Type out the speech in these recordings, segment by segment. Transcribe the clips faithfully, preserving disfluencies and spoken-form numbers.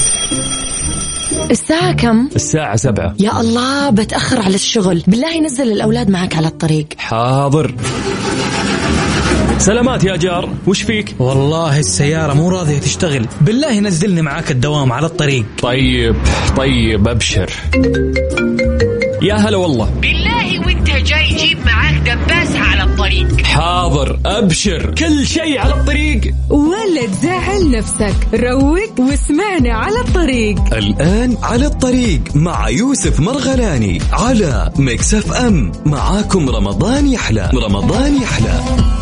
الساعة كم؟ الساعة سبعة. يا الله بتأخر على الشغل، بالله نزل الأولاد معك على الطريق. حاضر. سلامات يا جار، وش فيك؟ والله السيارة مو راضية تشتغل، بالله نزلني معاك الدوام على الطريق. طيب طيب أبشر. يا هلا والله. بالله وانت جاي جيب معاك دباسة على الطريق. حاضر أبشر، كل شيء على الطريق. ولا تزعل نفسك، روق واسمعنا على الطريق. الآن على الطريق مع يوسف مرغلاني على ميكس اف ام. معاكم رمضان يحلى. رمضان يحلى.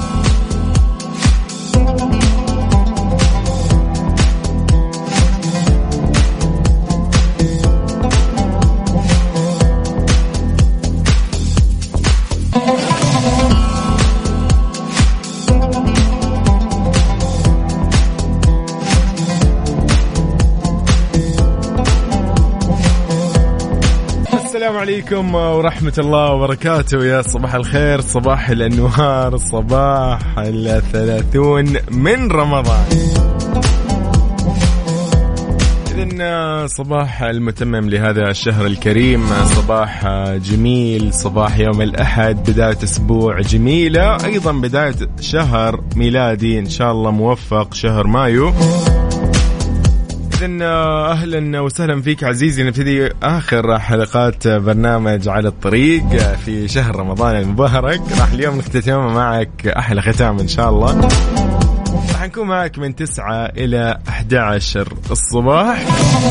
السلام عليكم ورحمة الله وبركاته. يا صباح الخير، صباح الأنوار، صباح الثلاثون من رمضان. إذن صباح المتمم لهذا الشهر الكريم، صباح جميل، صباح يوم الأحد، بداية أسبوع جميلة، أيضا بداية شهر ميلادي إن شاء الله موفق، شهر مايو. إذن أهلا وسهلا فيك عزيزي. نبتدي آخر حلقات برنامج على الطريق في شهر رمضان المبارك. راح اليوم نختتم معك أحلى ختام إن شاء الله. راح نكون معك من تسعة إلى أحد عشر الصباح.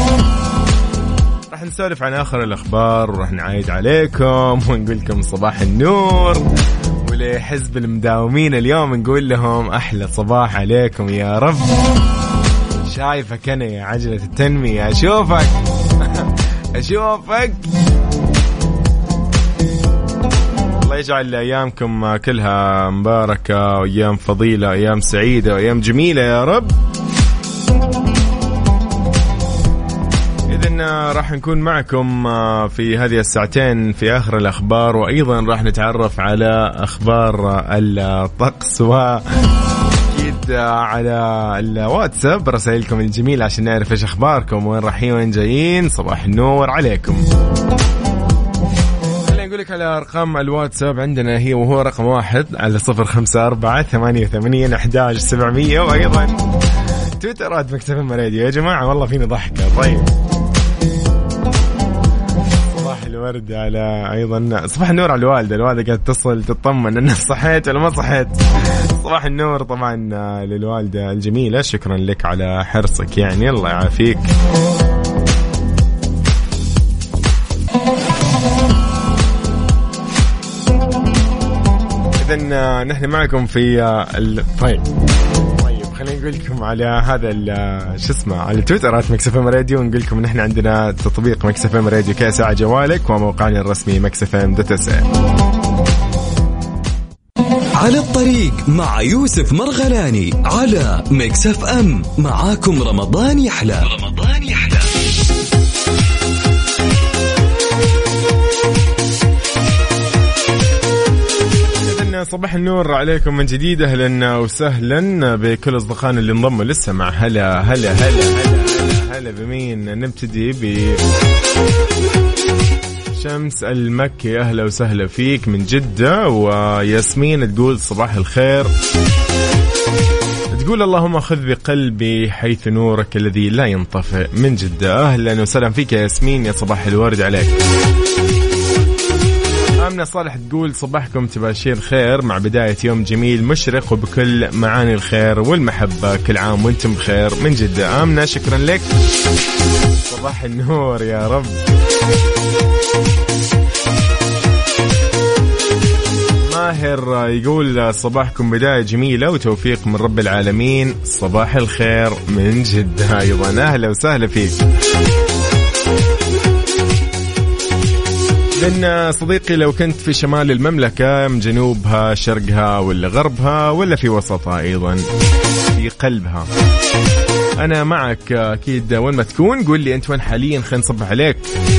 راح نسولف عن آخر الأخبار، وراح نعايد عليكم ونقول لكم صباح النور. ولحزب المداومين اليوم نقول لهم أحلى صباح عليكم يا رب. شايفك أنا يا عجلة التنمية، أشوفك أشوفك. الله يجعل أيامكم كلها مباركة، وأيام فضيلة، أيام سعيدة، وأيام جميلة يا رب. إذن راح نكون معكم في هذه الساعتين في آخر الأخبار، وأيضا راح نتعرف على أخبار الطقس و على الواتساب رسائلكم الجميلة عشان نعرف ايش اخباركم، وين رايحين وين جايين. صباح النور عليكم. خلينا نقول لك على ارقام الواتساب عندنا، هي وهو رقم واحد على صفر خمسة أربعة ثمانية ثمانية أحد عشر سبعمية، وايضا تويترات مكس اف ام راديو. يا جماعة والله فيني ضحكة. طيب الورد على أيضا صباح النور على الوالدة. الوالدة قاعدة تتصل تطمن أن صحيت ولا ما صحيت. صباح النور طبعا للوالدة الجميلة، شكرا لك على حرصك، يعني الله يعافيك. إذن نحن معكم في ال... طيب خلينا نقول لكم على هذا شو اسمه على تويترات ميكس اف ام راديو، ونقول لكم ان احنا عندنا تطبيق ميكس اف ام راديو كاس على جوالك، وموقعنا الرسمي ميكس اف ام دوت اس اي. على الطريق مع يوسف مرغلاني على ميكس اف ام. معاكم رمضان يحلى. رمضان يحلى. صباح النور عليكم من جديد. أهلا وسهلا بكل أصدقائنا اللي انضموا لسه مع هلا هلا هلا هلا هلا بمين. نبتدي ب شمس المكي، أهلا وسهلا فيك من جدة. وياسمين تقول صباح الخير، تقول اللهم خذ بقلبي حيث نورك الذي لا ينطفئ من جدة. أهلا وسهلا فيك يا ياسمين، يا صباح الورد عليك. آمنة صالح تقول صباحكم تباشير خير مع بداية يوم جميل مشرق وبكل معاني الخير والمحبة، كل عام وانتم بخير من جدة. آمنة شكرا لك، صباح النور يا رب. ماهر يقول صباحكم بداية جميلة وتوفيق من رب العالمين، صباح الخير من جدة أيضا. أهلا وسهلا فيك. لأن صديقي لو كنت في شمال المملكة، من جنوبها، شرقها ولا غربها ولا في وسطها، أيضا في قلبها، أنا معك أكيد. وين ما تكون قول لي أنت وين حاليا، خلينا نصبح عليك.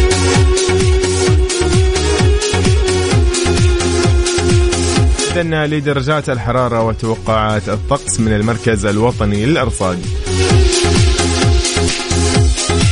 إذن لدرجات الحرارة وتوقعات الطقس من المركز الوطني للأرصاد.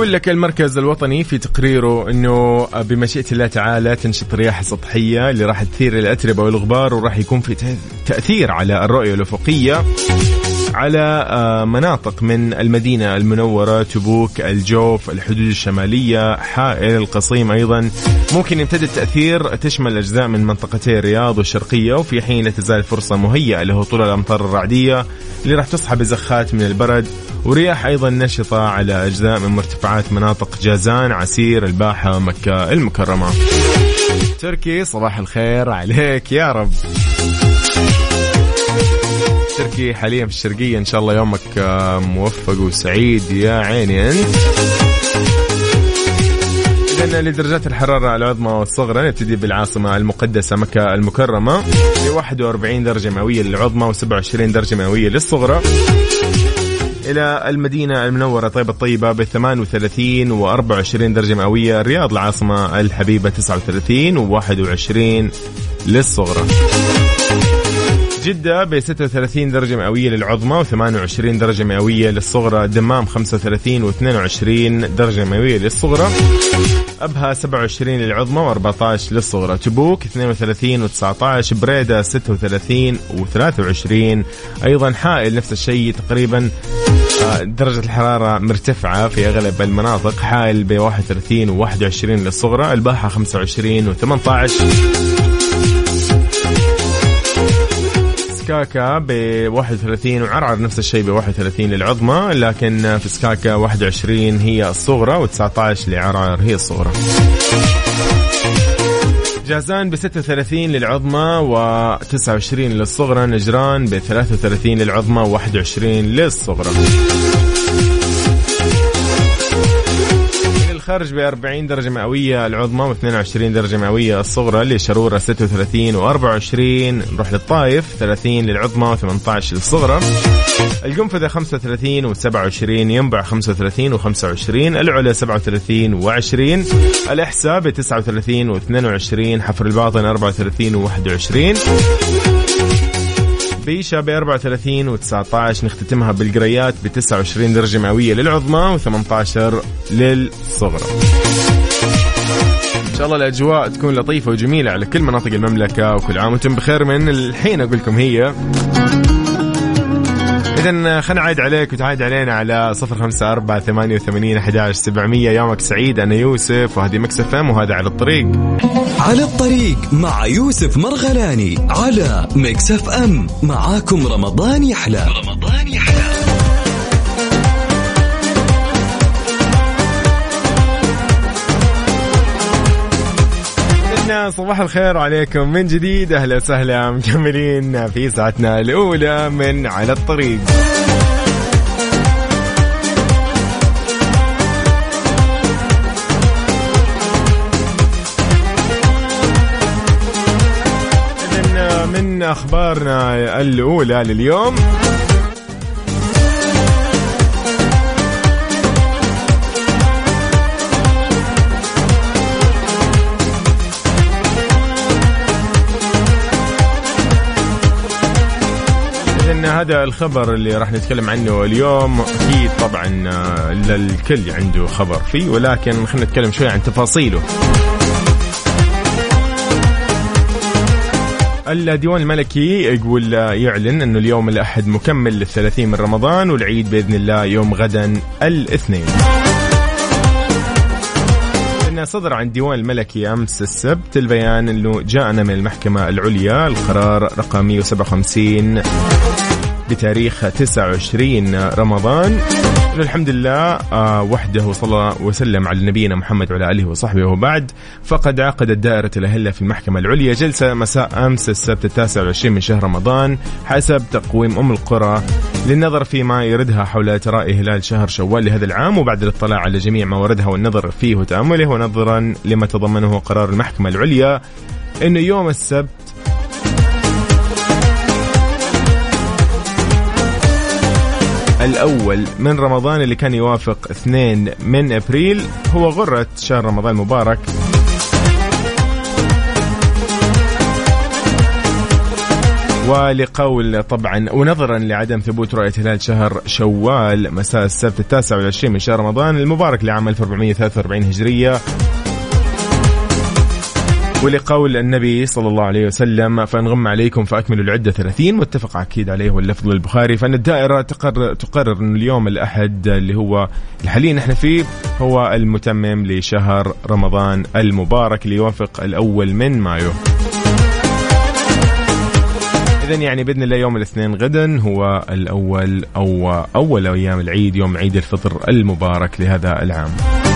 يقول لك المركز الوطني في تقريره أنه بمشيئة الله تعالى تنشط رياح سطحية اللي راح تثير الأتربة والغبار، وراح يكون في تأثير على الرؤية الأفقية على مناطق من المدينة المنورة، تبوك، الجوف، الحدود الشمالية، حائل، القصيم. أيضا ممكن يمتد التأثير تشمل أجزاء من منطقتي الرياض والشرقية، وفي حين لا تزال فرصة مهيئة لهطول الأمطار الرعدية اللي راح تصحب زخات من البرد، ورياح أيضا نشطة على أجزاء من مرتفعات مناطق جازان، عسير، الباحة، مكة المكرمة. تركي صباح الخير عليك يا رب. تركي حاليا في الشرقية، إن شاء الله يومك موفق وسعيد يا عيني أنت. إذن لدرجات الحرارة العظمى والصغرى نبتدي بالعاصمة المقدسة مكة المكرمة ب واحد وأربعين درجة مئوية للعظمى وسبعة وعشرين درجة مئوية للصغرى. إلى المدينة المنورة طيبة الطيبة ب ثمانية وثلاثين وأربعة وعشرين درجة مئوية. الرياض العاصمة الحبيبة تسعة وثلاثين وواحد وعشرين للصغرى. جدة ب ستة وثلاثين درجة مئوية للعظمى وثمانية وعشرين درجة مئوية للصغرى. الدمام خمسة وثلاثين واثنين وعشرين درجة مئوية للصغرى. أبها سبعة وعشرين للعظمى وأربعة عشر للصغرى. تبوك اثنين وثلاثين وتسعة عشر. بريدة ستة وثلاثين وثلاثة وعشرين. أيضا حائل نفس الشيء تقريبا درجة الحرارة مرتفعة في أغلب المناطق. حائل ب واحد وثلاثين وواحد وعشرين للصغرى. الباحة خمسة وعشرين وثمانية عشر. سكاكا ب واحد وثلاثين وعرعر نفس الشيء ب واحد وثلاثين للعظمى، لكن في سكاكا واحد وعشرين هي الصغرى وتسعة عشر لعرعر هي الصغرى. جازان ب ستة وثلاثين للعظمى وتسعة وعشرين للصغرى. نجران ب ثلاثة وثلاثين للعظمى وواحد وعشرين للصغرى. الخارج ب أربعين درجة مئوية العظمى واثنين وعشرين درجة مئوية الصغرى. لشرورة ستة وثلاثين وأربعة وعشرين. نروح للطائف ثلاثين للعظمى وثمانية عشر للصغرى. القنفذة خمسة وثلاثين وسبعة وعشرين. ينبع خمسة وثلاثين وخمسة وعشرين. العلا سبعة وثلاثين وعشرين. الإحساء ب تسعة وثلاثين واثنين وعشرين. حفر الباطن أربعة وثلاثين وواحد وعشرين. بيشة ب أربعة وثلاثين وتسعة عشر. نختتمها بالقريات ب تسعة وعشرين درجة مئوية للعظمى وثمانية عشر للصغرى. إن شاء الله الأجواء تكون لطيفة وجميلة على كل مناطق المملكة، وكل عام وانتم بخير. من الحين أقول لكم هي إذن خلنا نعيد عليك وتعيد علينا على صفر خمسة أربعة ثمانية وثمانين أحد عشر سبعمية. يومك سعيد. أنا يوسف وهذه ميكس اف ام وهذا على الطريق. على الطريق مع يوسف مرغلاني على ميكس اف ام. معاكم رمضان يحلى. رمضان يحلى. صباح الخير عليكم من جديد. أهلا وسهلا، مكملين في ساعتنا الأولى من على الطريق. إذن من أخبارنا الأولى لليوم هذا الخبر اللي راح نتكلم عنه اليوم. أكيد طبعا الكل عنده خبر فيه، ولكن خلينا نتكلم شوي عن تفاصيله. الديوان الملكي يقول يعلن أنه اليوم الأحد مكمل للثلاثين من رمضان، والعيد بإذن الله يوم غدا الاثنين. صدر عن الديوان الملكي أمس السبت البيان أنه جاءنا من المحكمة العليا القرار رقم مئة وسبعة وخمسين بتاريخ تسعة وعشرين رمضان. الحمد لله وحده صلى وسلم على نبينا محمد وعلى آله وصحبه. وبعد فقد عقدت دائرة الأهلة في المحكمة العليا جلسة مساء أمس السبت التاسع والعشرين من شهر رمضان حسب تقويم أم القرى للنظر فيما يردها حول ترائي هلال شهر شوال لهذا العام، وبعد الاطلاع على جميع ما وردها والنظر فيه وتأمله، ونظرا لما تضمنه قرار المحكمة العليا إنه يوم السبت الأول من رمضان اللي كان يوافق اثنين من أبريل هو غرة شهر رمضان المبارك. ولقول طبعا ونظرا لعدم ثبوت رؤية هلال شهر شوال مساء السبت التاسع والعشرين من شهر رمضان المبارك لعام ألف وأربعمائة وثلاثة وأربعين هجرية، ولقول النبي صلى الله عليه وسلم فإن غم عليكم فأكملوا العدة ثلاثين، متفق أكيد عليه واللفظ للبخاري. فإن الدائرة تقرر, تقرر أن اليوم الأحد اللي هو الحالي نحن فيه هو المتمم لشهر رمضان المبارك اللي يوافق الأول من مايو. إذن يعني بإذن الله يوم الاثنين غدا هو الأول أو أول أيام العيد، يوم عيد الفطر المبارك لهذا العام.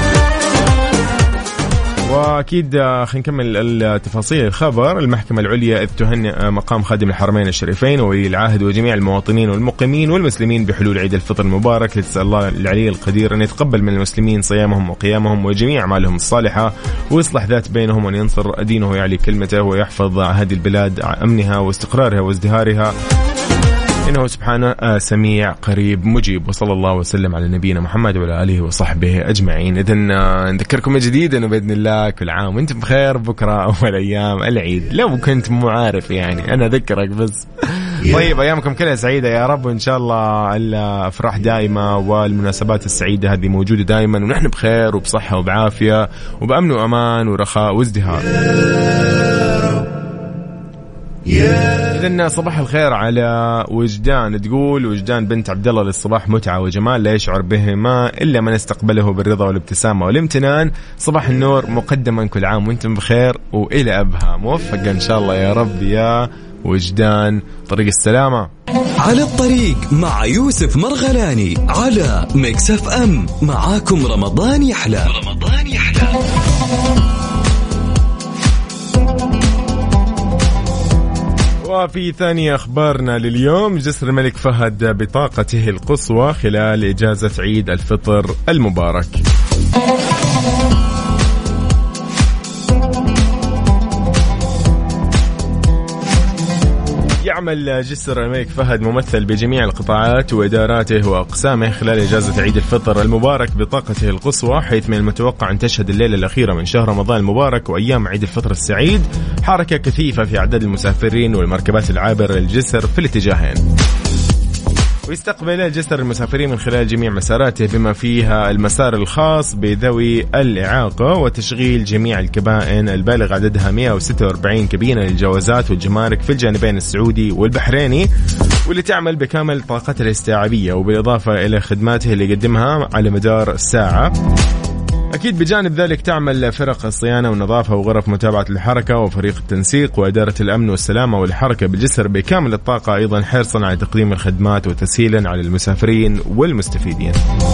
وأكيد خلينا نكمل التفاصيل الخبر. المحكمة العليا إذ تهنئ مقام خادم الحرمين الشريفين وولي العهد وجميع المواطنين والمقيمين والمسلمين بحلول عيد الفطر المبارك، لتسأل الله العلي القدير أن يتقبل من المسلمين صيامهم وقيامهم وجميع أعمالهم الصالحة، ويصلح ذات بينهم، وأن ينصر دينه ويعلي كلمته، ويحفظ هذه البلاد أمنها واستقرارها وازدهارها، إنه سبحانه سميع قريب مجيب. وصلى الله وسلم على نبينا محمد وعلى آله وصحبه أجمعين. إذن نذكركم جديد أنه بإذن الله كل عام وأنتم بخير. بكرة أول أيام العيد، لو كنت مو عارف يعني أنا أذكرك بس. طيب أيامكم كلها سعيدة يا رب، وإن شاء الله الأفراح دائمة والمناسبات السعيدة هذه موجودة دائما، ونحن بخير وبصحة وبعافية وبأمن وأمان ورخاء وازدهار. إذن صباح الخير على وجدان، تقول وجدان بنت عبد الله للصباح متعة وجمال لا يشعر بهما إلا من استقبله بالرضا والابتسامة والامتنان. صباح النور مقدما، كل عام وانتم بخير وإلى أبها موفقة إن شاء الله يا رب يا وجدان. طريق السلامة على الطريق مع يوسف مرغلاني على ميكس اف ام. معاكم رمضان يحلى. رمضان يحلى. وفي ثاني أخبارنا لليوم، جسر الملك فهد بطاقته القصوى خلال إجازة عيد الفطر المبارك. يعمل جسر الملك فهد ممثل بجميع القطاعات وإداراته وأقسامه خلال إجازة عيد الفطر المبارك بطاقته القصوى، حيث من المتوقع أن تشهد الليلة الأخيرة من شهر رمضان المبارك وأيام عيد الفطر السعيد حركة كثيفة في أعداد المسافرين والمركبات العابرة للجسر في الاتجاهين. ويستقبل الجسر المسافرين من خلال جميع مساراته بما فيها المسار الخاص بذوي الإعاقة وتشغيل جميع الكبائن البالغ عددها مئة وستة وأربعين كابينة للجوازات والجمارك في الجانبين السعودي والبحريني، واللي تعمل بكامل طاقتها الاستيعابية وبالإضافة إلى خدماته اللي يقدمها على مدار الساعة. أكيد بجانب ذلك تعمل فرق الصيانة والنظافة وغرف متابعة الحركة وفريق التنسيق وإدارة الأمن والسلامة والحركة بالجسر بكامل الطاقة، أيضا حرصا على تقديم الخدمات وتسهيلا على المسافرين والمستفيدين.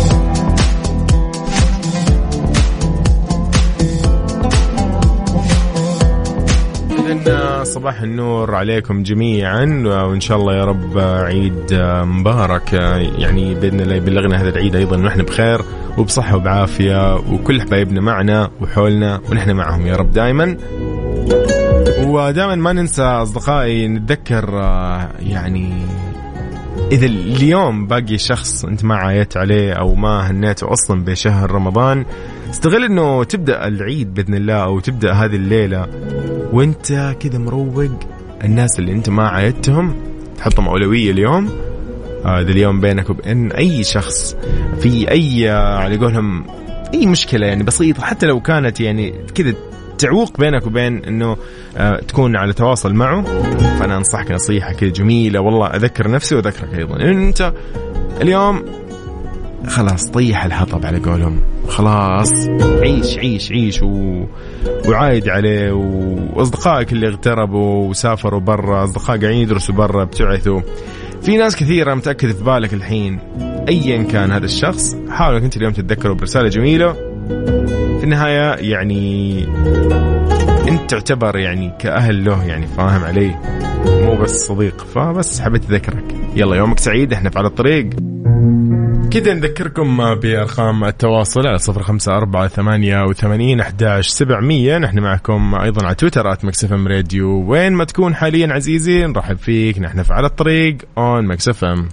صباح النور عليكم جميعا، وإن شاء الله يا رب عيد مبارك، يعني بإذن الله يبلغنا هذا العيد أيضا ونحن بخير وبصحة وبعافية، وكل حبايبنا معنا وحولنا ونحن معهم يا رب دائما. ودائما ما ننسى أصدقائي نتذكر يعني إذا اليوم باقي شخص أنت ما عايت عليه أو ما هنيته أصلا بشهر رمضان، استغل أنه تبدأ العيد بإذن الله أو تبدأ هذه الليلة وانت كذا مروق. الناس اللي انت ما عايدتهم تحطهم أولوية اليوم. هذا اليوم بينك وبين أي شخص في أي على قولهم أي مشكلة يعني بسيطة، حتى لو كانت يعني كذا تعوق بينك وبين أنه آه تكون على تواصل معه، فأنا أنصحك نصيحة كذا جميلة والله، أذكر نفسي وأذكرك أيضا إن أنت اليوم خلاص طيح الحطب على قولهم، خلاص عيش عيش عيش و... وعايد عليه. وأصدقائك اللي اغتربوا وسافروا برا، أصدقاء قاعدين يدرسوا برا ابتعثوا، في ناس كثيرة متأكد في بالك الحين أيا كان هذا الشخص، حاولوا أنت اليوم تتذكروا برسالة جميلة. في النهاية يعني أنت تعتبر يعني كأهل له، يعني فاهم علي، مو بس صديق، فبس حبيت أذكرك. يلا يومك سعيد، احنا في على الطريق. كده نذكركم بأرقام التواصل على صفر خمسة أربعة ثمانية وثمانين أحد عشر سبعمية. نحن معكم أيضا على تويتر آت ميكس اف ام راديو. وين ما تكون حاليا عزيزي نرحب فيك، نحن في على الطريق اون ميكس اف ام.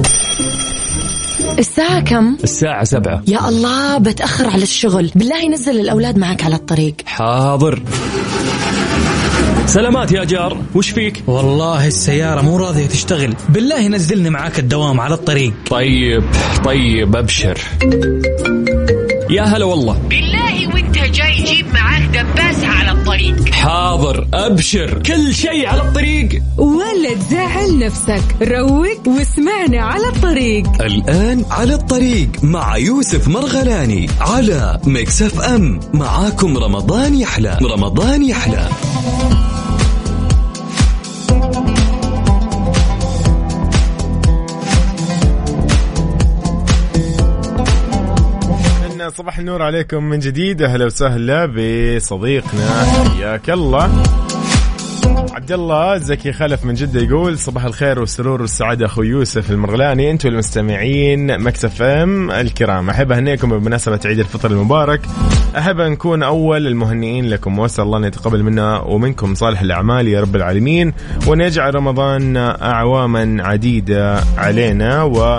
الساعة كم؟ الساعة سبعة. يا الله بتأخر على الشغل، بالله نزل الأولاد معك على الطريق. حاضر. سلامات يا جار، وش فيك؟ والله السيارة مو راضية تشتغل، بالله نزلني معاك الدوام على الطريق. طيب طيب أبشر. يا هلا والله. بالله وانت جاي جيب معاك دباسة على الطريق. حاضر أبشر، كل شيء على الطريق. ولا تزعل نفسك، روق واسمعنا على الطريق. الآن على الطريق مع يوسف مرغلاني على ميكس اف ام. معاكم رمضان يحلى. رمضان يحلى. صباح النور عليكم من جديد، اهلا وسهلا بصديقنا حياك الله. عبد الله زكي خلف من جدة يقول صباح الخير والسرور والسعادة أخو يوسف المرغلاني، أنتم المستمعين مكس اف ام الكرام، أحب أهنيكم بمناسبة عيد الفطر المبارك، أحب أن نكون أول المهنئين لكم، وأسأل الله أن يتقبل منا ومنكم صالح الأعمال يا رب العالمين، وأن يجعل رمضان أعواما عديدة علينا. و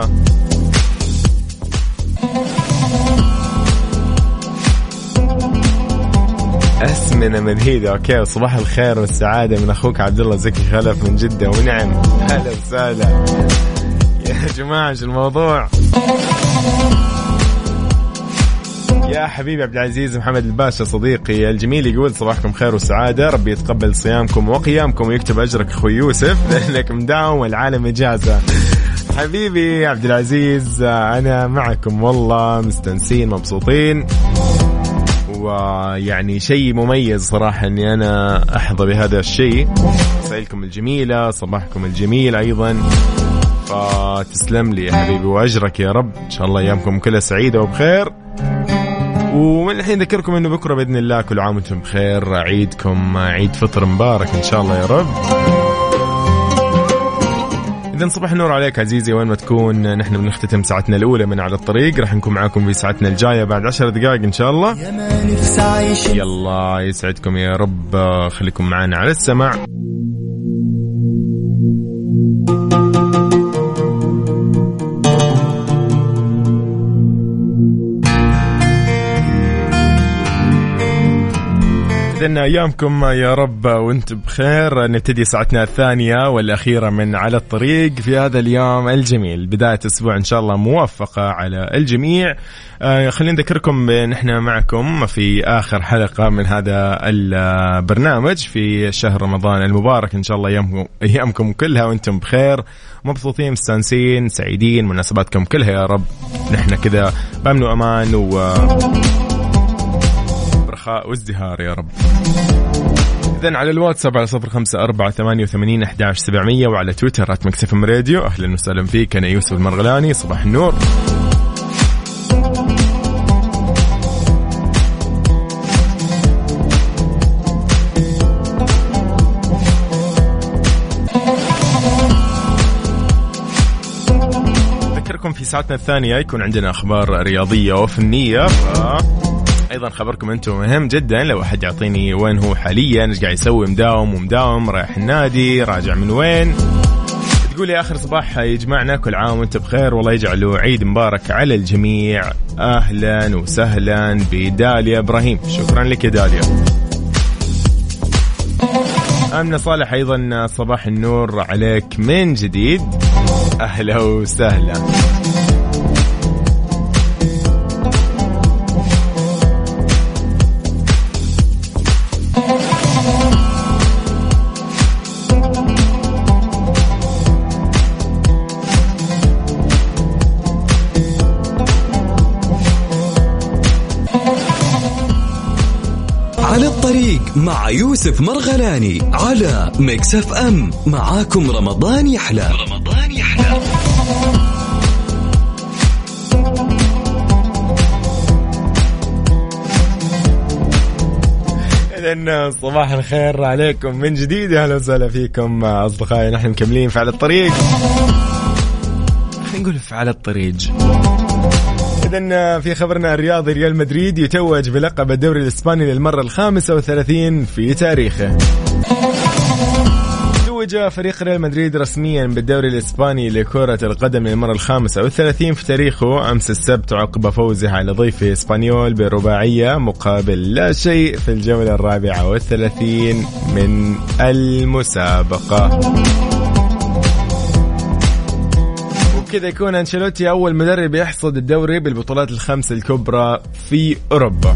أسمنة مدهيدة. أوكي، صباح الخير والسعادة من أخوك عبد الله زكي خلف من جدة، ونعم هلا وسهلا يا جماعة. شو الموضوع يا حبيبي عبد العزيز محمد الباشا صديقي الجميل يقول صباحكم خير وسعادة، ربي يتقبل صيامكم وقيامكم ويكتب أجرك أخوي يوسف لأنك مداوم والعالم إجازة. حبيبي عبد العزيز أنا معكم والله، مستنسين مبسوطين، ويعني شيء مميز صراحة أني أنا أحظى بهذا الشيء. رسائلكم الجميلة، صباحكم الجميل أيضا، فتسلم لي يا حبيبي وأجرك يا رب. إن شاء الله أيامكم كلها سعيدة وبخير. ومن الحين ذكركم أنه بكرة بإذن الله كل عام وانتم بخير، عيدكم عيد فطر مبارك إن شاء الله يا رب. إذن صباح النور عليك عزيزي وين ما تكون. نحن بنختتم ساعتنا الأولى من على الطريق، راح نكون معاكم في ساعتنا الجاية بعد عشر دقائق إن شاء الله. يلا يسعدكم يا رب، خليكم معنا على السمع. إذن أيامكم يا رب وانت بخير. نبتدي ساعتنا الثانية والأخيرة من على الطريق في هذا اليوم الجميل، بداية أسبوع إن شاء الله موفقة على الجميع. آه خلينا نذكركم نحن معكم في آخر حلقة من هذا البرنامج في شهر رمضان المبارك، إن شاء الله أيامكم, أيامكم كلها وانتم بخير، مبسوطين مستانسين سعيدين، مناسباتكم كلها يا رب نحن كذا بأمن وأمان و وازدهار يا رب. إذن على الواتساب على صفر خمسة أربعة ثمانية وثمانين أحد عشر سبعمية، وعلى تويتر آت ميكس إف إم راديو. أهلا وسهلا فيك، أنا يوسف المرغلاني، صباح النور. أذكركم في ساعتنا الثانية يكون عندنا أخبار رياضية وفنية، ف أيضا خبركم أنتم مهم جدا، لو أحد يعطيني وين هو حاليا، إيش قاعد يسوي، مداوم ومداوم، رايح النادي، راجع من وين، تقولي آخر صباح يجمعنا، كل عام وأنت بخير، والله يجعله عيد مبارك على الجميع. أهلا وسهلا بداليا إبراهيم، شكرا لك يا داليا. أمنة صالح أيضا صباح النور عليك من جديد، أهلا وسهلا. على الطريق مع يوسف مرغلاني على ميكس اف ام. معاكم رمضان يحلى. رمضان يحلى. إذن صباح الخير عليكم من جديد، أهلا وسهلا فيكم أصدقائي. نحن مكملين في على الطريق، خلينا نقول في على الطريق. إذن في خبرنا الرياضي، ريال مدريد يتوج بلقب الدوري الإسباني للمرة الخامسة وثلاثين في تاريخه. توج توج فريق ريال مدريد رسميا بالدوري الإسباني لكرة القدم للمرة الخامسة والثلاثين في تاريخه أمس السبت عقب فوزه على ضيفه إسبانيول برباعية مقابل لا شيء في الجولة الرابعة والثلاثين من المسابقة. وبكذا يكون أنشيلوتي أول مدرب يحصد الدوري بالبطولات الخمس الكبرى في أوروبا.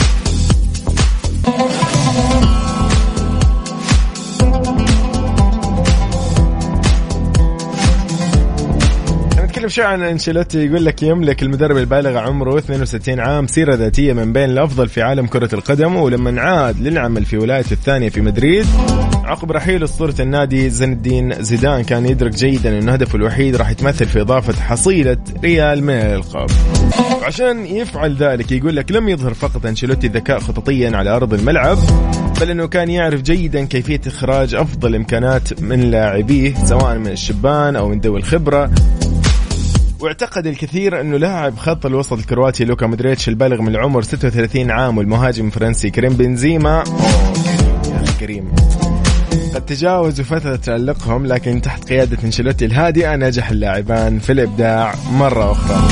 نتكلم شوي عن أنشيلوتي. يقول لك يملك المدرب البالغ عمره اثنين وستين عام سيرة ذاتية من بين الأفضل في عالم كرة القدم، ولما عاد للعمل في ولايته الثانية في مدريد عقب رحيل أسطورة النادي زين الدين زيدان كان يدرك جيدا أن هدفه الوحيد راح يتمثل في إضافة حصيلة ريال من الألقاب. عشان يفعل ذلك يقول لك لم يظهر فقط أنشيلوتي ذكاء خططيا على أرض الملعب، بل أنه كان يعرف جيدا كيفية إخراج أفضل إمكانات من لاعبيه سواء من الشبان أو من ذوي الخبرة. واعتقد الكثير أنه لاعب خط الوسط الكرواتي لوكا مودريتش البالغ من العمر ستة وثلاثين عام والمهاجم الفرنسي كريم بنزيما يا أخي كريم قد تجاوزوا فترة تألقهم، لكن تحت قيادة أنشيلوتي الهادئة نجح اللاعبان في الإبداع مرة أخرى.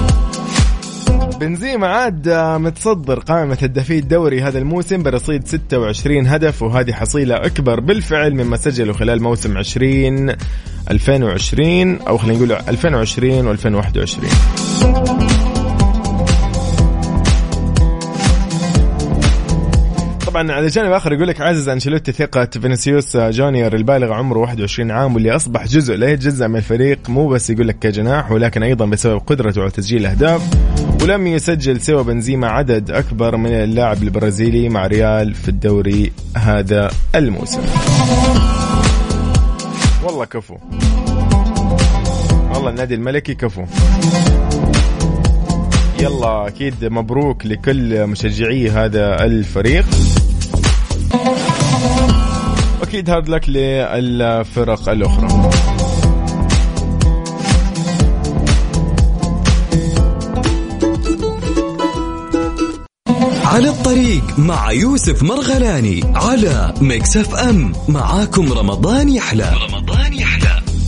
بنزيما عاد متصدر قائمة هدافي الدوري هذا الموسم برصيد ستة وعشرين هدف، وهذه حصيلة أكبر بالفعل مما سجله خلال موسم عشرين ألفين وعشرين أو خلينا نقول ألفين وعشرين وألفين وواحد وعشرين. طبعا على جانب آخر يقول لك عزز أنشيلوتي ثقة فينيسيوس جونيور البالغ عمره واحد وعشرين عام واللي أصبح جزء لا يتجزأ من الفريق، مو بس يقول لك كجناح ولكن أيضا بسبب قدرته على تسجيل أهداف، ولم يسجل سوى بنزيما عدد أكبر من اللاعب البرازيلي مع ريال في الدوري هذا الموسم. والله كفو، والله النادي الملكي كفو. يلا أكيد مبروك لكل مشجعي هذا الفريق، أكيد هارد لك للفرق الأخرى. على الطريق مع يوسف مرغلاني على ميكس اف ام. معاكم رمضان يحلى. رمضان يحلى.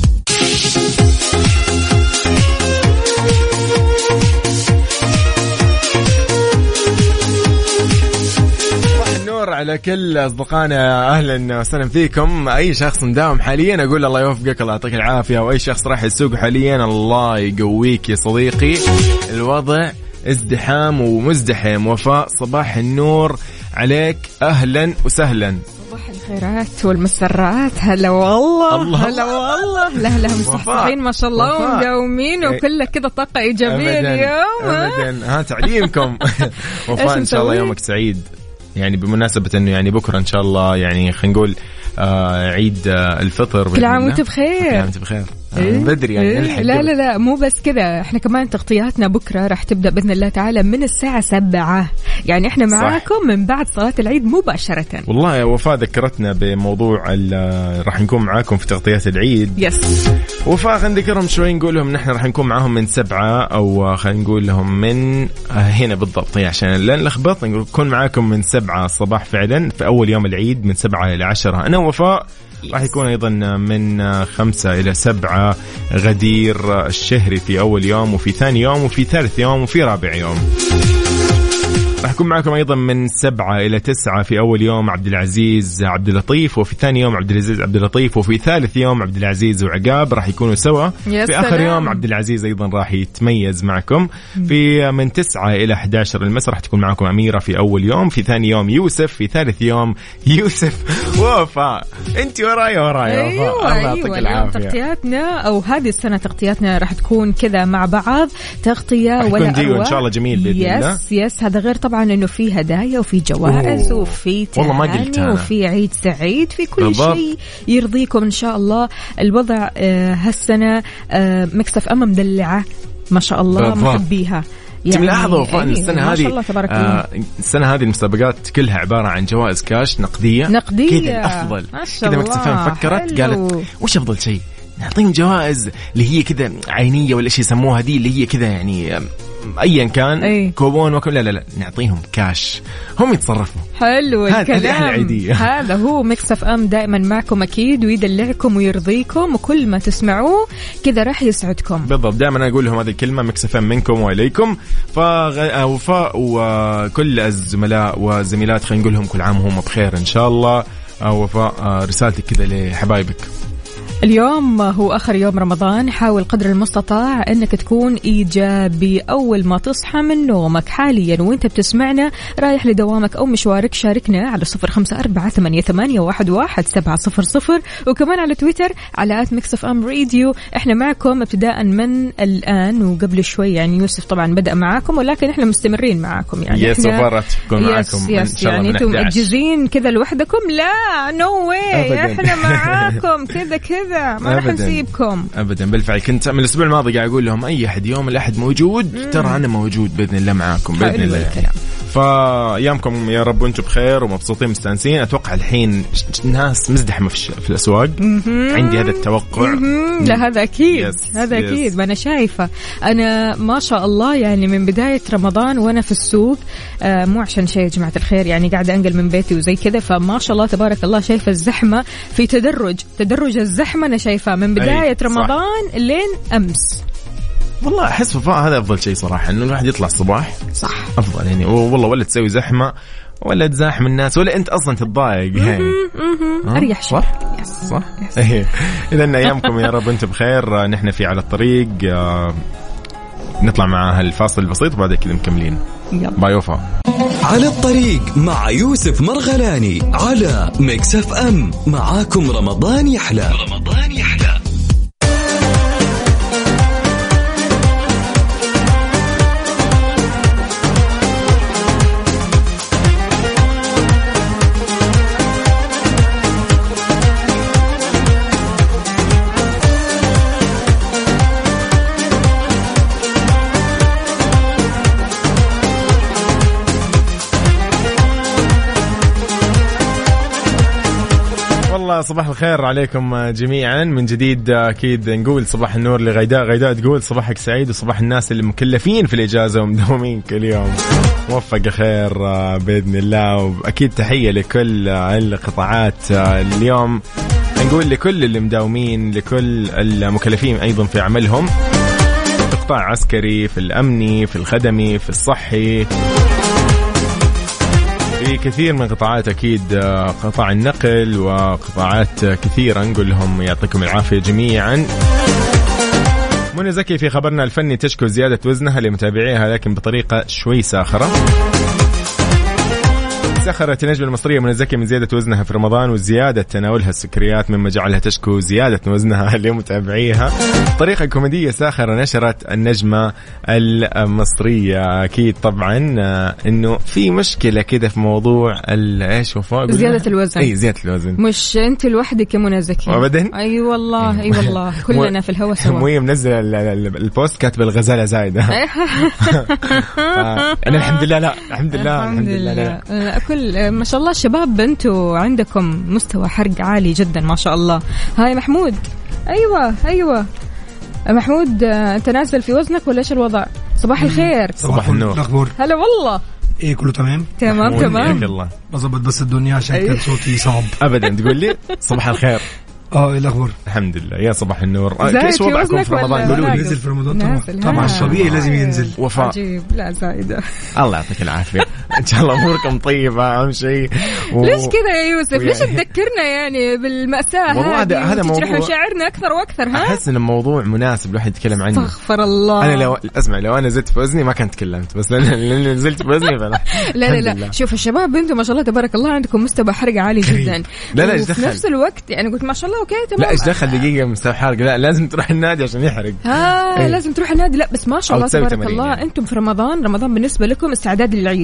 النور على كل أصدقائنا، أهلا وسهلا فيكم. أي شخص مداوم حاليا أقول الله يوفقك، الله يعطيك العافية، وأي شخص راح يسوق حاليا الله يقويك يا صديقي. الوضع ازدحام ومزدحم. وفاء صباح النور عليك، أهلا وسهلا. صباح الخيرات والمسرات، هلا والله هلا والله. لا لا مصحصحين ما شاء الله ومداومين وكله كذا طاقة إيجابية اليوم. أبدا ها تعليمكم. وفاء إن شاء الله يومك سعيد، يعني بمناسبة أنه يعني بكرة إن شاء الله يعني خلينا نقول آه عيد آه الفطر. كل عام وانت بخير. كل عام وانت بخير. إيه؟ بدري يعني إيه؟ لا لا لا مو بس كذا، احنا كمان تغطياتنا بكرة راح تبدأ بإذن الله تعالى من الساعة سبعة، يعني احنا معاكم صح. من بعد صلاة العيد مباشرة. والله يا وفاء ذكرتنا بموضوع راح نكون معاكم في تغطيات العيد. يس وفاء خلينا نذكرهم شوي، نقول لهم نحن راح نكون معاهم من سبعة أو خلينا نقول لهم من هنا بالضبط عشان لا نلخبط، نكون معاكم من سبعة الصباح فعلا في أول يوم العيد من سبعة إلى عشرة. أنا وفاء راح يكون أيضا من خمسة إلى سبعة غدير الشهري في أول يوم، وفي ثاني يوم، وفي ثالث يوم، وفي رابع يوم. راح أكون معكم أيضا من سبعة إلى تسعة في أول يوم عبد العزيز عبد اللطيف، وفي ثاني يوم عبد العزيز عبد اللطيف، وفي ثالث يوم عبد العزيز وعقاب راح يكونوا سوا. في آخر يوم عبد العزيز أيضا راح يتميز معكم. في من تسعة إلى أحد عشر المساء راح تكون معكم أميرة في أول يوم، في ثاني يوم يوسف، في ثالث يوم يوسف. وفاء أنت ورايا ورايا وفاء. أيوة الله يعطيك أيوة العافية. تغطياتنا أو هذه السنة تغطياتنا راح تكون كذا مع بعض، تغطية ولا أروع إن شاء الله جميل بإذن الله. يس يس هذا غير طبعا إنه في هدايا وفي جوائز وفي تهاني وفي عيد سعيد، في كل شيء يرضيكم إن شاء الله. الوضع آه هالسنة آه ميكس اف ام مدلعة ما شاء الله، محبيها. يعني ملاحظة وفاء يعني السنة هذه آه السنة هذه المسابقات كلها عبارة عن جوائز كاش نقدية نقدية كذا الأفضل. كذا ميكس اف ام فكرت قالت وش أفضل شيء نعطيهم جوائز اللي هي كذا عينية ولا شيء يسموها دي اللي هي كذا يعني ايا كان أي. كوبون وكل لا لا لا نعطيهم كاش هم يتصرفوا. حلو الكلام. هذا هو ميكس اف ام دائما معكم اكيد ويدلعكم ويرضيكم وكل ما تسمعوه كذا راح يسعدكم. بالضبط دائما اقول لهم هذه الكلمه ميكس اف ام منكم واليكم. فوفاء وكل الزملاء والزميلات خلينا نقول لهم كل عام وهم بخير ان شاء الله. وفاء رسالتك كذا لحبايبك. اليوم هو آخر يوم رمضان، حاول قدر المستطاع أنك تكون إيجابي أول ما تصحى من نومك حاليا وانت بتسمعنا رايح لدوامك أو مشوارك. شاركنا على صفر خمسة أربعة ثمانية ثمانية واحد واحد سبعة صفر صفر وكمان على تويتر على آت ميكس أف أم راديو. إحنا معكم ابتداء من الآن وقبل شوي يعني يوسف طبعا بدأ معاكم ولكن إحنا مستمرين معاكم يعني يس وفرت تكون معاكم يس يس يعني أنتم مجزين كذا لوحدكم. لا نو واي إحنا معاكم كذا كذا ما راح نسيبكم ابدا. بالفعل كنت من الاسبوع الماضي قاعد اقول لهم اي احد يوم الاحد موجود مم. ترى انا موجود باذن الله معاكم باذن الله يعني. فايامكم يا رب وانتم بخير ومبسوطين مستانسين. اتوقع الحين الناس مزدحمه في, في الاسواق. عندي هذا التوقع. لا هذا اكيد يس هذا يس. اكيد ما انا شايفه انا ما شاء الله يعني من بدايه رمضان وانا في السوق. آه مو عشان شيء يا جماعه الخير يعني قاعده انقل من بيتي وزي كذا فما شاء الله تبارك الله شايفه الزحمه في تدرج تدرج الزحمه انا شايفها من بدايه رمضان لين امس. والله أحس وفاء هذا أفضل شيء صراحة إنه الواحد يطلع الصباح صح أفضل يعني. والله ولا تسوي زحمة ولا تزاحم الناس ولا أنت أصلا تتضايق يعني أريح شيء. صح صح إذن أيامكم يا رب أنتم بخير. نحن في على الطريق نطلع مع هالفاصل البسيط وبعد كذا مكملين. باي وفاء. على الطريق مع يوسف مرغلاني على ميكس اف ام. معاكم رمضان يحلى. رمضان يحلى. صباح الخير عليكم جميعا من جديد. أكيد نقول صباح النور لغيداء. غيداء تقول صباحك سعيد وصباح الناس اللي مكلفين في الإجازة ومدومين كل يوم موفق خير بإذن الله. وأكيد تحية لكل القطاعات اليوم. نقول لكل اللي مداومين لكل المكلفين أيضا في عملهم في قطاع عسكري في الأمني في الخدمي في الصحي في كثير من قطاعات أكيد قطاع النقل وقطاعات كثيرة. نقول لهم يعطيكم العافية جميعا. منى زكي في خبرنا الفني تشكو زيادة وزنها لمتابعيها لكن بطريقة شوي ساخرة. سخرت النجمة المصرية منى زكي من زيادة وزنها في رمضان وزيادة تناولها السكريات مما جعلها تشكو زيادة وزنها لمتابعيها. طريقة كوميدية ساخرة نشرت النجمة المصرية. أكيد طبعا إنه في مشكلة كده في موضوع إيش وفاء زيادة الوزن. أي زيادة الوزن مش أنت لوحدك يا منى زكي أبدا. أي والله أي والله كلنا في الهوا سوا. مويه منزل البوست كاتب الغزالة زايدة. أنا الحمد لله لا الحمد لله الحمد لله لا كل ما شاء الله الشباب انتوا عندكم مستوى حرق عالي جدا ما شاء الله. هاي محمود. ايوه ايوه محمود انت نازل في وزنك ولا ايش الوضع؟ صباح الخير. صباح النور. الاخبار هلا والله. ايه كله تمام تمام تمام الله بظبط بس الدنيا عشان كان صوتي صعب ابدا. تقول لي صباح الخير. اه ايه الاخبار؟ الحمد لله يا صباح النور. كيف وضعكم في رمضان؟ قولوا لي. نزل في رمضان طبعا طبعا الطبيعي لازم ينزل. وفاء عجيب لا زايده. الله يعطيك العافيه ان شاء الله اموركم طيبه اهم شيء. و... ليش كذا يا يوسف ويعني... ليش تذكرنا يعني بالمأساة هذه هذا موضوع مشاعرنا اكثر واكثر. ها احس ان الموضوع مناسب الواحد يتكلم عنه. استغفر الله. انا لو اسمع لو انا زدت في وزني ما كنت تكلمت بس لأن نزلت في وزني فلا. لا لا لا شوف الشباب انتم ما شاء الله تبارك الله عندكم مستوى حرق عالي جدا. لا لا ايش دخل في نفس الوقت يعني قلت ما شاء الله اوكي تمام. لا ايش دخل دقيقه مستوى حرق. لا لازم تروح النادي عشان يحرق. ها لازم تروح النادي. لا بس ما شاء الله تبارك الله انتم في رمضان. رمضان بالنسبه لكم استعداد للعيد ولا كيف؟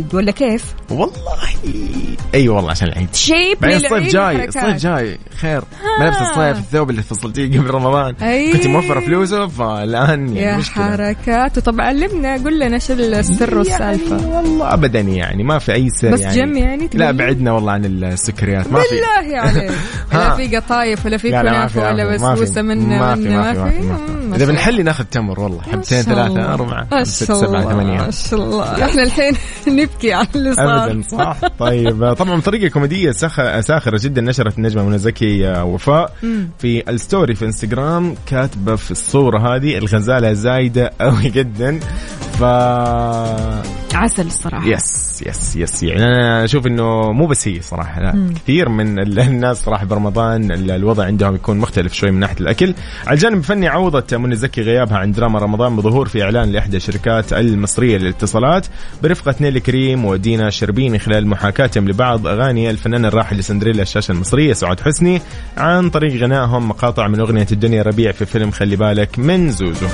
كيف؟ والله اي والله عشان العيد شيب بعدين الصيف جاي الصيف جاي خير ملابس الصيف الثوب اللي فصلتيه قبل رمضان أيه. كنت موفرة فلوسه فالآن يعني يا مشكلة. حركات. طب علمنا قل لنا شو السر والسالفة. يعني والله أبدا يعني ما في أي سر بس يعني. جم يعني لا بعدنا والله عن السكريات ما في بالله يعني لا في قطايف ولا في كنافة ولا بسبوسة من ما في ما في, ما في, ما في. إذا بنحلي ناخذ تمر والله حبتين ثلاثة أربعة ستة سبعة ثمانية ما شاء الله. احنا الحين نبكي على اللي صار. أبدا صح. طيب طبعا بطريقة كوميدية ساخرة جدا نشرت النجمة منى زكي وفاء في الستوري في انستغرام كاتبة في الصورة هذه الغزالة زايدة قوي جدا. ف عسل الصراحة. يس يس يس يعني أنا أشوف إنه مو بس هي صراحة لا مم. كثير من الناس صراحة برمضان الوضع عندهم يكون مختلف شوي من ناحية الأكل. على الجانب الفني عوضت منى زكي غيابها عن دراما رمضان بظهور في إعلان لإحدى الشركات المصرية للاتصالات برفقة نيلي كريم ودينا شربيني خلال محاكاتهم لبعض أغاني الفنان الراحل سندريلا الشاشة المصرية سعاد حسني عن طريق غنائهم مقاطع من أغنية الدنيا ربيع في فيلم خلي بالك من زوزو.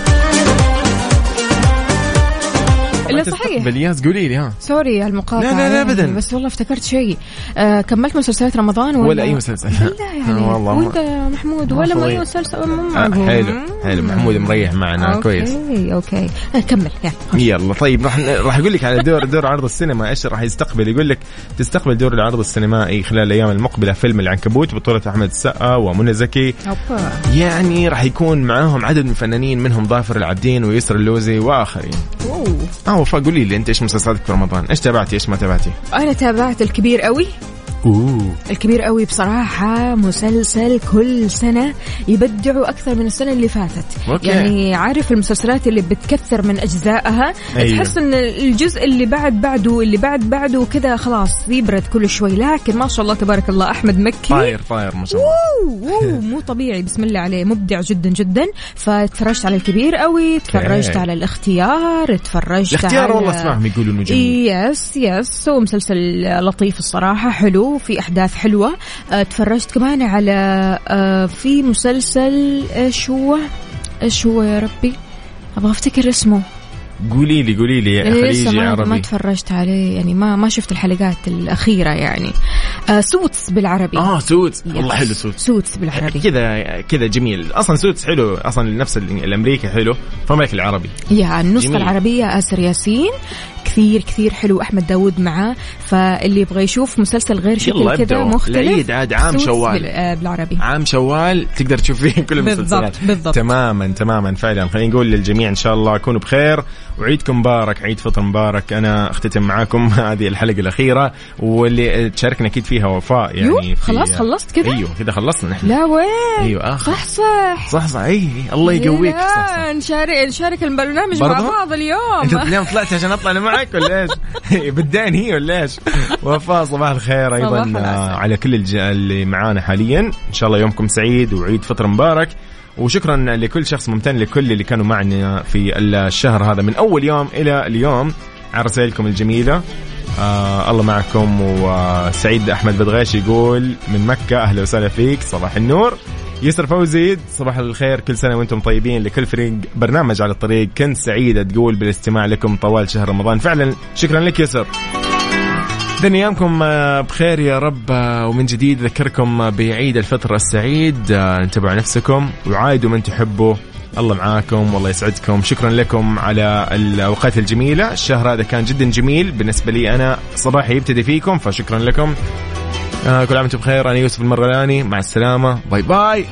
لا صحيح بلياز قولي لي ها سوري المقاطعة. لا لا لا أبدا بس والله افتكرت شيء. آه كملت مسلسلات رمضان ولا, ولا أي مسلسل؟ لا يعني والله وانت يا محمود ولا أي مسلسل آه حلو حلو محمود مريح معنا أوكي. كويس اوكي اوكي آه كمل يعني. يلا طيب راح راح اقول لك على دور دور عرض السينما ايش راح يستقبل. يقول لك تستقبل دور العرض السينمائي خلال الايام المقبله فيلم العنكبوت بطوله احمد السقا ومنى زكي. أوبا. يعني راح يكون معاهم عدد من الفنانين منهم ظافر العابدين ويسر اللوزي واخرين. اوه اه وفاء قولي لي انت ايش مسلسلاتك في رمضان؟ ايش تابعتي ايش ما تابعتي؟ انا تابعت الكبير قوي. أوه. الكبير قوي بصراحة مسلسل كل سنة يبدعوا أكثر من السنة اللي فاتت. أوكي. يعني عارف المسلسلات اللي بتكثر من أجزائها. أيوه. تحس أن الجزء اللي بعد بعده اللي بعد بعده كذا خلاص يبرد كل شوي. لكن ما شاء الله تبارك الله أحمد مكي طاير طاير ما شاء الله. أوه مو طبيعي بسم الله عليه مبدع جدا جدا. فتفرجت على الكبير قوي تفرجت على الاختيار تفرجت الاختيار على والله اسمعهم يقولوا إنه جميل. يس يس هو مسلسل لطيف الصراحة حلو في أحداث حلوة. أه تفرجت كمان على أه في مسلسل إيش هو إيش هو يا ربي أبغى أفتكر اسمه. قولي لي قولي لي خليجي عربي. ما تفرجت عليه يعني ما ما شفت الحلقات الأخيرة يعني. آه سوتس بالعربي. اه سوتس والله حلو سوتس. سوتس بالعربي كذا كذا جميل اصلا سوتس حلو اصلا نفس الامريكي حلو فمالك العربي يا النسخة العربية آسر ياسين كثير كثير حلو أحمد داود معاه. فاللي يبغى يشوف مسلسل غير شكل كذا مختلف العيد عاد عام شوال بالعربي عام شوال تقدر تشوف فيه كل المسلسلات بالضبط. تماما تماما فعلا. خلينا نقول للجميع إن شاء الله كونوا بخير وعيدكم مبارك عيد فطر مبارك. أنا اختتم معاكم هذه الحلقة الأخيرة واللي تشاركنا أكيد فيها وفاء يعني خلاص خلصت كذا. أيوه كذا خلصنا نحن. لا وين أيوه آخر صح صح صح صح أي الله يقويك. صح صح نشارك نشارك البرنامج مع بعض اليوم. أنت اليوم طلعت عشان أطلع معك ولا إيش؟ بدين هي ولا إيش؟ وفاء صباح الخير أيضا على كل الج... اللي معانا حاليا. إن شاء الله يومكم سعيد وعيد فطر مبارك. وشكرا لكل شخص ممتن لكل اللي كانوا معنا في الشهر هذا من أول يوم إلى اليوم على رسائلكم الجميلة. آه الله معكم. وسعيد أحمد بدغيش يقول من مكة أهلا وسهلا فيك صباح النور. يسر فوزي صباح الخير كل سنة وانتم طيبين. لكل فريق برنامج على الطريق كنت سعيدة تقول بالاستماع لكم طوال شهر رمضان. فعلا شكرا لك يسر. ذن أيامكم بخير يا رب. ومن جديد ذكركم بعيد الفطر السعيد. انتبهوا نفسكم وعايدوا من تحبوا. الله معاكم والله يسعدكم. شكرا لكم على الأوقات الجميلة. الشهر هذا كان جدا جميل بالنسبة لي أنا. صباحي يبتدي فيكم فشكرا لكم. كل عام وانتم بخير. أنا يوسف المرغلاني مع السلامة باي باي.